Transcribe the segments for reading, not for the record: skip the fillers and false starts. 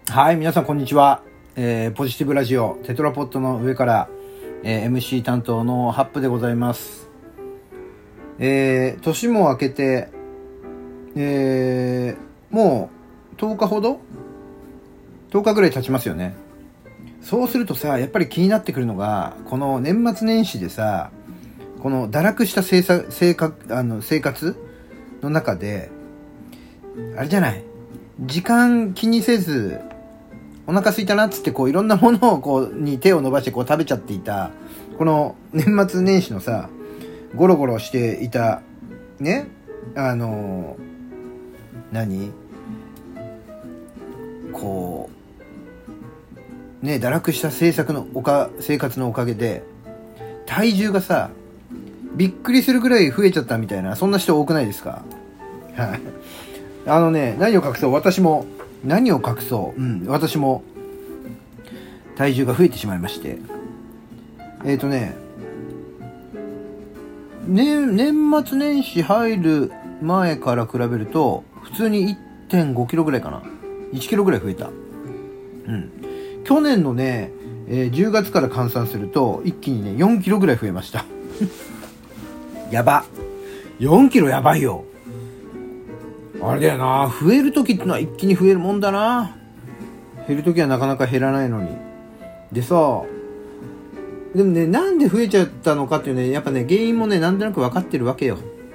はい、皆さんこんにちは。ポジティブラジオテトラポットの上から、MC 担当のハップでございます。年も明けて、もう10日ほど10日ぐらい経ちますよね。そうするとさ、やっぱり気になってくるのが、この年末年始でさ、この堕落した生活の中で、あれじゃない、時間気にせずお腹空いたなっつってこういろんなものをこうに手を伸ばしてこう食べちゃっていた、この年末年始のさ、ゴロゴロしていたね、こうね、堕落した生活のおかげで体重がさ、びっくりするぐらい増えちゃったみたいな、そんな人多くないですか？はい。何を隠そう、私も体重が増えてしまいまして、年末年始入る前から比べると普通に 1.5 キロぐらいかな、1キロぐらい増えた。去年のね、10月から換算すると一気にね4キロぐらい増えましたやば、4キロやばいよ。あれだよな、増える時ってのは一気に増えるもんだな。減る時はなかなか減らないのに。でさ、でもね、なんで増えちゃったのかっていうね、やっぱね、原因もね、なんとなく分かってるわけよ。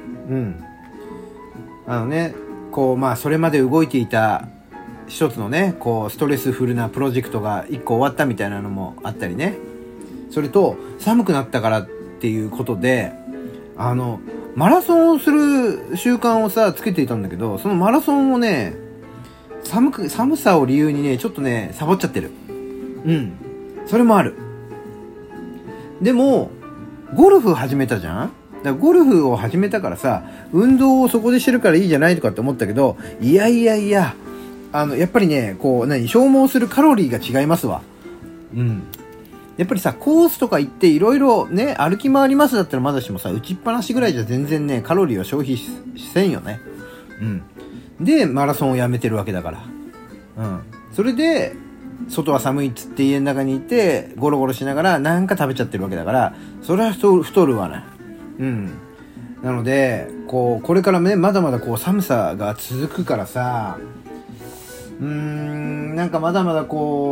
こう、それまで動いていた一つのね、こうストレスフルなプロジェクトが一個終わったみたいなのもあったりね。それと寒くなったからっていうことで、マラソンをする習慣をさつけていたんだけど、そのマラソンをね、寒さを理由にね、ちょっとねサボっちゃってる。それもある。でもゴルフ始めたじゃん。だからゴルフを始めたからさ、運動をそこでしてるからいいじゃないとかって思ったけど、いややっぱりね、こう消耗するカロリーが違いますわ。やっぱりさ、コースとか行っていろいろね、歩き回りますだったらまだしもさ、打ちっぱなしぐらいじゃ全然ね、カロリーは消費せんよね。で、マラソンをやめてるわけだから。それで、外は寒いっつって家の中にいて、ゴロゴロしながらなんか食べちゃってるわけだから、それは太るわな。なので、これからね、まだまだこう寒さが続くからさ、なんかまだまだ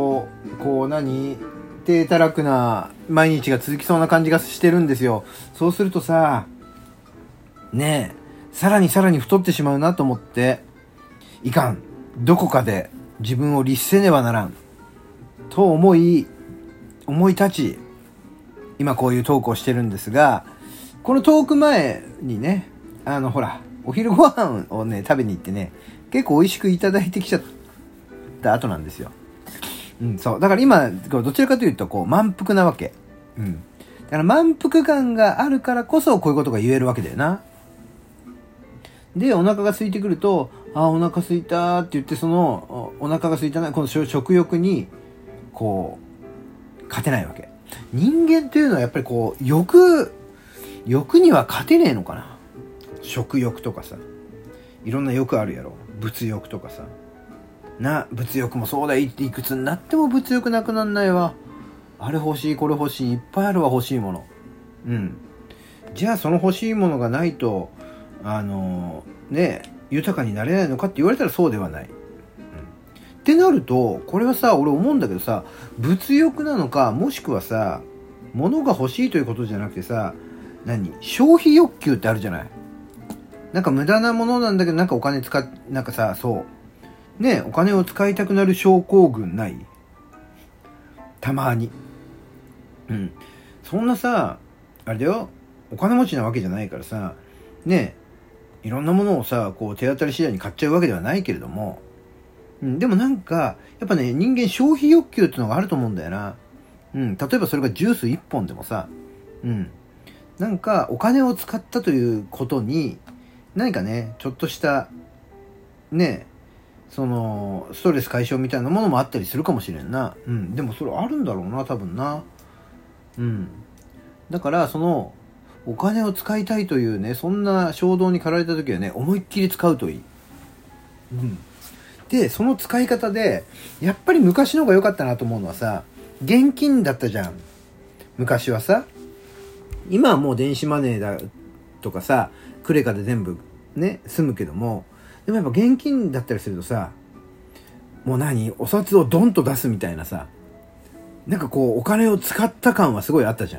低たらくな毎日が続きそうな感じがしてるんですよ。そうするとさ、ねえ、さらに太ってしまうなと思って、いかん、どこかで自分を律せねばならんと思い立ち、今こういうトークをしてるんですが、このトーク前にね、お昼ご飯をね食べに行ってね、結構美味しくいただいてきちゃった後なんですよ。そうだから今どちらかというとこう満腹なわけ。だから満腹感があるからこそこういうことが言えるわけだよな。で、お腹が空いてくると、お腹空いたって言って、そのお腹が空いたな、この食欲にこう勝てないわけ。人間っていうのはやっぱりこう欲には勝てねえのかな。食欲とかさ、いろんな欲あるやろ。物欲とかさ、物欲もそうだよ。いくつになっても物欲なくなんないわ。あれ欲しい、これ欲しい、いっぱいあるわ、欲しいもの。じゃあその欲しいものがないと豊かになれないのかって言われたらそうではない。ってなると、これはさ、俺思うんだけどさ、物欲なのか、もしくはさ、物が欲しいということじゃなくてさ、消費欲求ってあるじゃない。なんか無駄なものなんだけど、なんかお金なんかさ、そうね、お金を使いたくなる症候群ない？たまに。そんなさ、あれだよ、お金持ちなわけじゃないからさ、ね、いろんなものをさ、こう手当たり次第に買っちゃうわけではないけれども、でもなんかやっぱね、人間消費欲求ってのがあると思うんだよな。例えばそれがジュース1本でもさ、なんかお金を使ったということに何かね、ちょっとしたね、そのストレス解消みたいなものもあったりするかもしれんな。でもそれあるんだろうな、多分な。だからそのお金を使いたいというね、そんな衝動に駆られた時はね、思いっきり使うといい。っでその使い方でやっぱり昔の方が良かったなと思うのはさ、現金だったじゃん昔はさ。今はもう電子マネーだとかさ、クレカで全部ね済むけども、でもやっぱ現金だったりするとさ、もうお札をドンと出すみたいなさ、なんかこうお金を使った感はすごいあったじゃん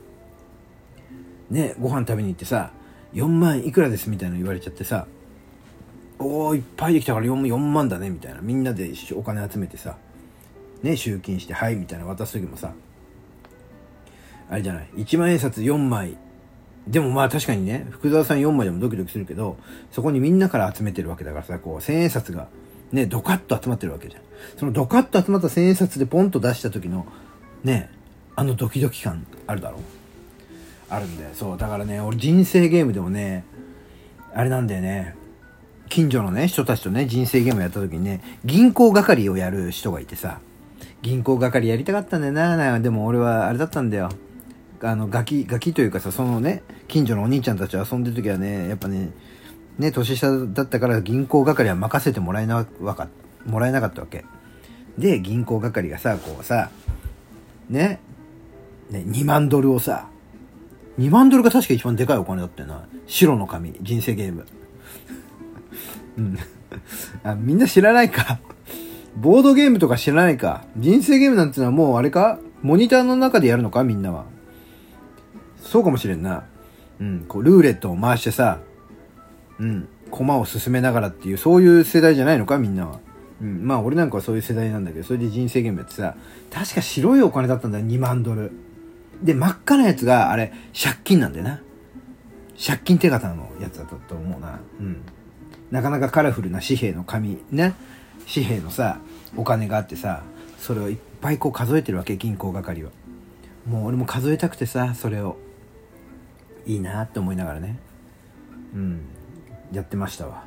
ね。ご飯食べに行ってさ、4万いくらですみたいなの言われちゃってさ、おーいっぱいできたから4万だねみたいな、みんなでお金集めてさね、集金してはいみたいな渡す時もさ、あれじゃない、1万円札4枚でもまあ確かにね、福沢さん4枚でもドキドキするけど、そこにみんなから集めてるわけだからさ、こう1000円札がねドカッと集まってるわけじゃん。そのドカッと集まった1000円札でポンと出した時のね、あのドキドキ感あるだろう。あるんだよ。そうだからね、俺人生ゲームでもね、あれなんだよね、近所のね人たちとね人生ゲームやった時にね、銀行係をやる人がいてさ、銀行係やりたかったんだよな。でも俺はあれだったんだよ、ガキというかさ、そのね近所のお兄ちゃんたちと遊んでる時はね、やっぱね年下だったから銀行係は任せてもらえなかったわけで、銀行係がさこうさね2万ドルをさ、2万ドルが確か一番でかいお金だったよな、白の紙人生ゲームうんみんな知らないかボードゲームとか知らないか。人生ゲームなんてのはもうあれか、モニターの中でやるのかみんなは。そうかもしれんな。こうルーレットを回してさ、駒を進めながらっていう、そういう世代じゃないのかみんなは。まあ俺なんかはそういう世代なんだけど、それで人生ゲームやってさ、確か白いお金だったんだよ、2万ドルで、真っ赤なやつがあれ借金なんだよな。借金手形のやつだったと思うな。なかなかカラフルな紙幣の紙ね、紙幣のさお金があってさ、それをいっぱいこう数えてるわけ、銀行係は。もう俺も数えたくてさ、それをいいなって思いながらね、やってましたわ。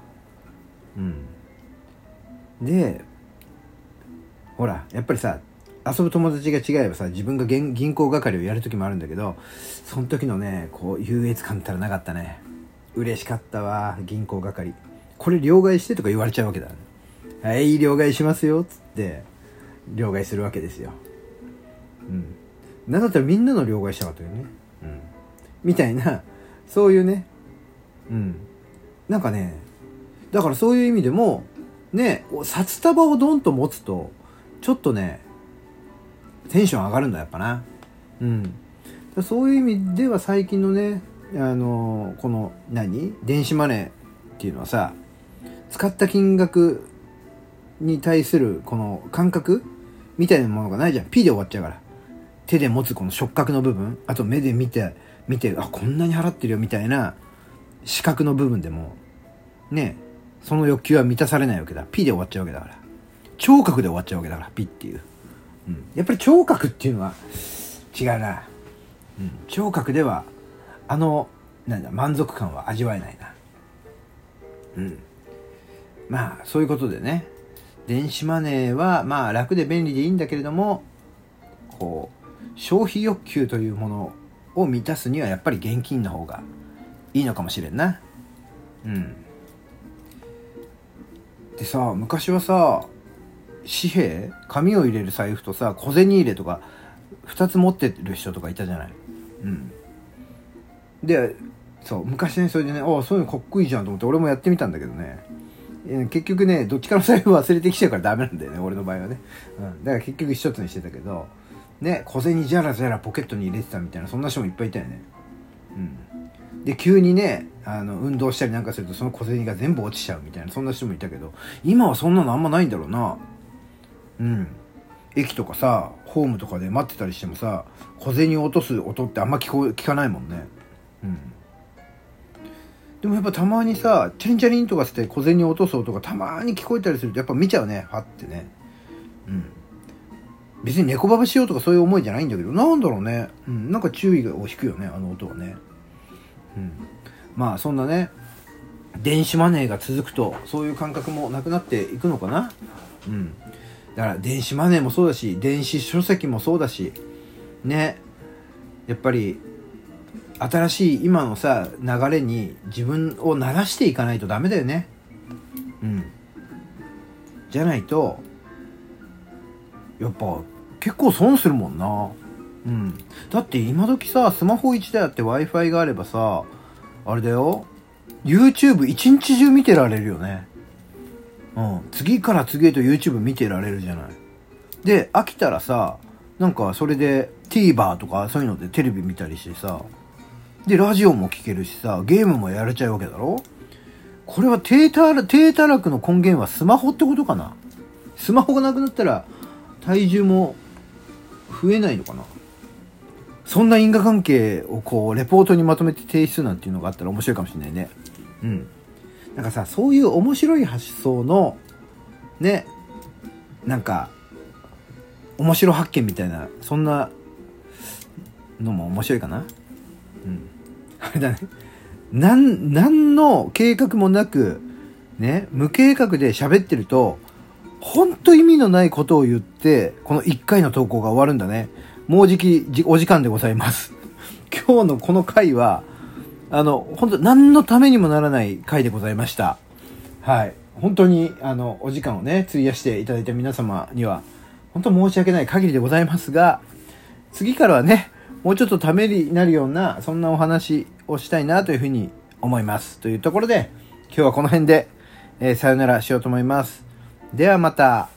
でほらやっぱりさ、遊ぶ友達が違えばさ、自分が銀行係をやる時もあるんだけど、その時のねこう優越感ったらなかったね。嬉しかったわ。銀行係これ両替してとか言われちゃうわけだね。はい両替しますよっつって両替するわけですよ。なんだったらみんなの両替したかったよね。みたいな、そういうね、なんかね、だからそういう意味でもね、札束をドンと持つとちょっとねテンション上がるんだやっぱな。そういう意味では最近のね、この電子マネーっていうのはさ、使った金額に対するこの感覚みたいなものがないじゃん。ピーで終わっちゃうから。手で持つこの触覚の部分、あと目で見てあこんなに払ってるよみたいな視覚の部分でもね、その欲求は満たされないわけだ。ピーで終わっちゃうわけだから。聴覚で終わっちゃうわけだから、ピっていう。やっぱり聴覚っていうのは違うな。聴覚では満足感は味わえないな。まあそういうことでね、電子マネーはまあ楽で便利でいいんだけれども、こう消費欲求というものを満たすにはやっぱり現金の方がいいのかもしれんな。でさ、昔はさ、紙幣、紙を入れる財布とさ、小銭入れとか2つ持ってる人とかいたじゃない。でそう昔ね、それでね、そういうのかっこいいじゃんと思って俺もやってみたんだけどね、結局ねどっちかの財布忘れてきちゃうからダメなんだよね、俺の場合はね。だから結局一つにしてたけどね、小銭じゃらじゃらポケットに入れてたみたいな、そんな人もいっぱいいたよね。で急にね運動したりなんかするとその小銭が全部落ちちゃうみたいな、そんな人もいたけど、今はそんなのあんまないんだろうな。駅とかさホームとかで待ってたりしてもさ、小銭を落とす音ってあんま聞かないもんね。でもやっぱたまにさチャリンチャリンとかして小銭を落とす音がたまに聞こえたりするとやっぱ見ちゃうね、はってね。別に猫ババしようとかそういう思いじゃないんだけど、なんだろうね、なんか注意を引くよね、あの音はね。まあそんなね電子マネーが続くとそういう感覚もなくなっていくのかな。だから電子マネーもそうだし、電子書籍もそうだしね、やっぱり新しい今のさ流れに自分を慣らしていかないとダメだよね。 じゃないとやっぱ結構損するもんな。だって今時さ、スマホ1台あって Wi-Fi があればさ、あれだよ、 YouTube 一日中見てられるよね。次から次へと YouTube 見てられるじゃない。で飽きたらさ、なんかそれで TVer とかそういうのでテレビ見たりしてさ、でラジオも聴けるしさ、ゲームもやれちゃうわけだろ。これは低たらくの根源はスマホってことかな。スマホがなくなったら体重も増えないのかな。そんな因果関係をこうレポートにまとめて提出なんていうのがあったら面白いかもしれないね。なんかさ、そういう面白い発想のね、なんか面白発見みたいな、そんなのも面白いかな。あれだね、なんの計画もなくね、無計画で喋ってるとほんと意味のないことを言って、この1回の投稿が終わるんだね。もうじきお時間でございます。今日のこの回は本当何のためにもならない回でございました。はい、本当にお時間をね費やしていただいた皆様には本当申し訳ない限りでございますが、次からはね、もうちょっとためになるようなそんなお話をしたいなというふうに思います。というところで今日はこの辺で、さよならしようと思います。ではまた。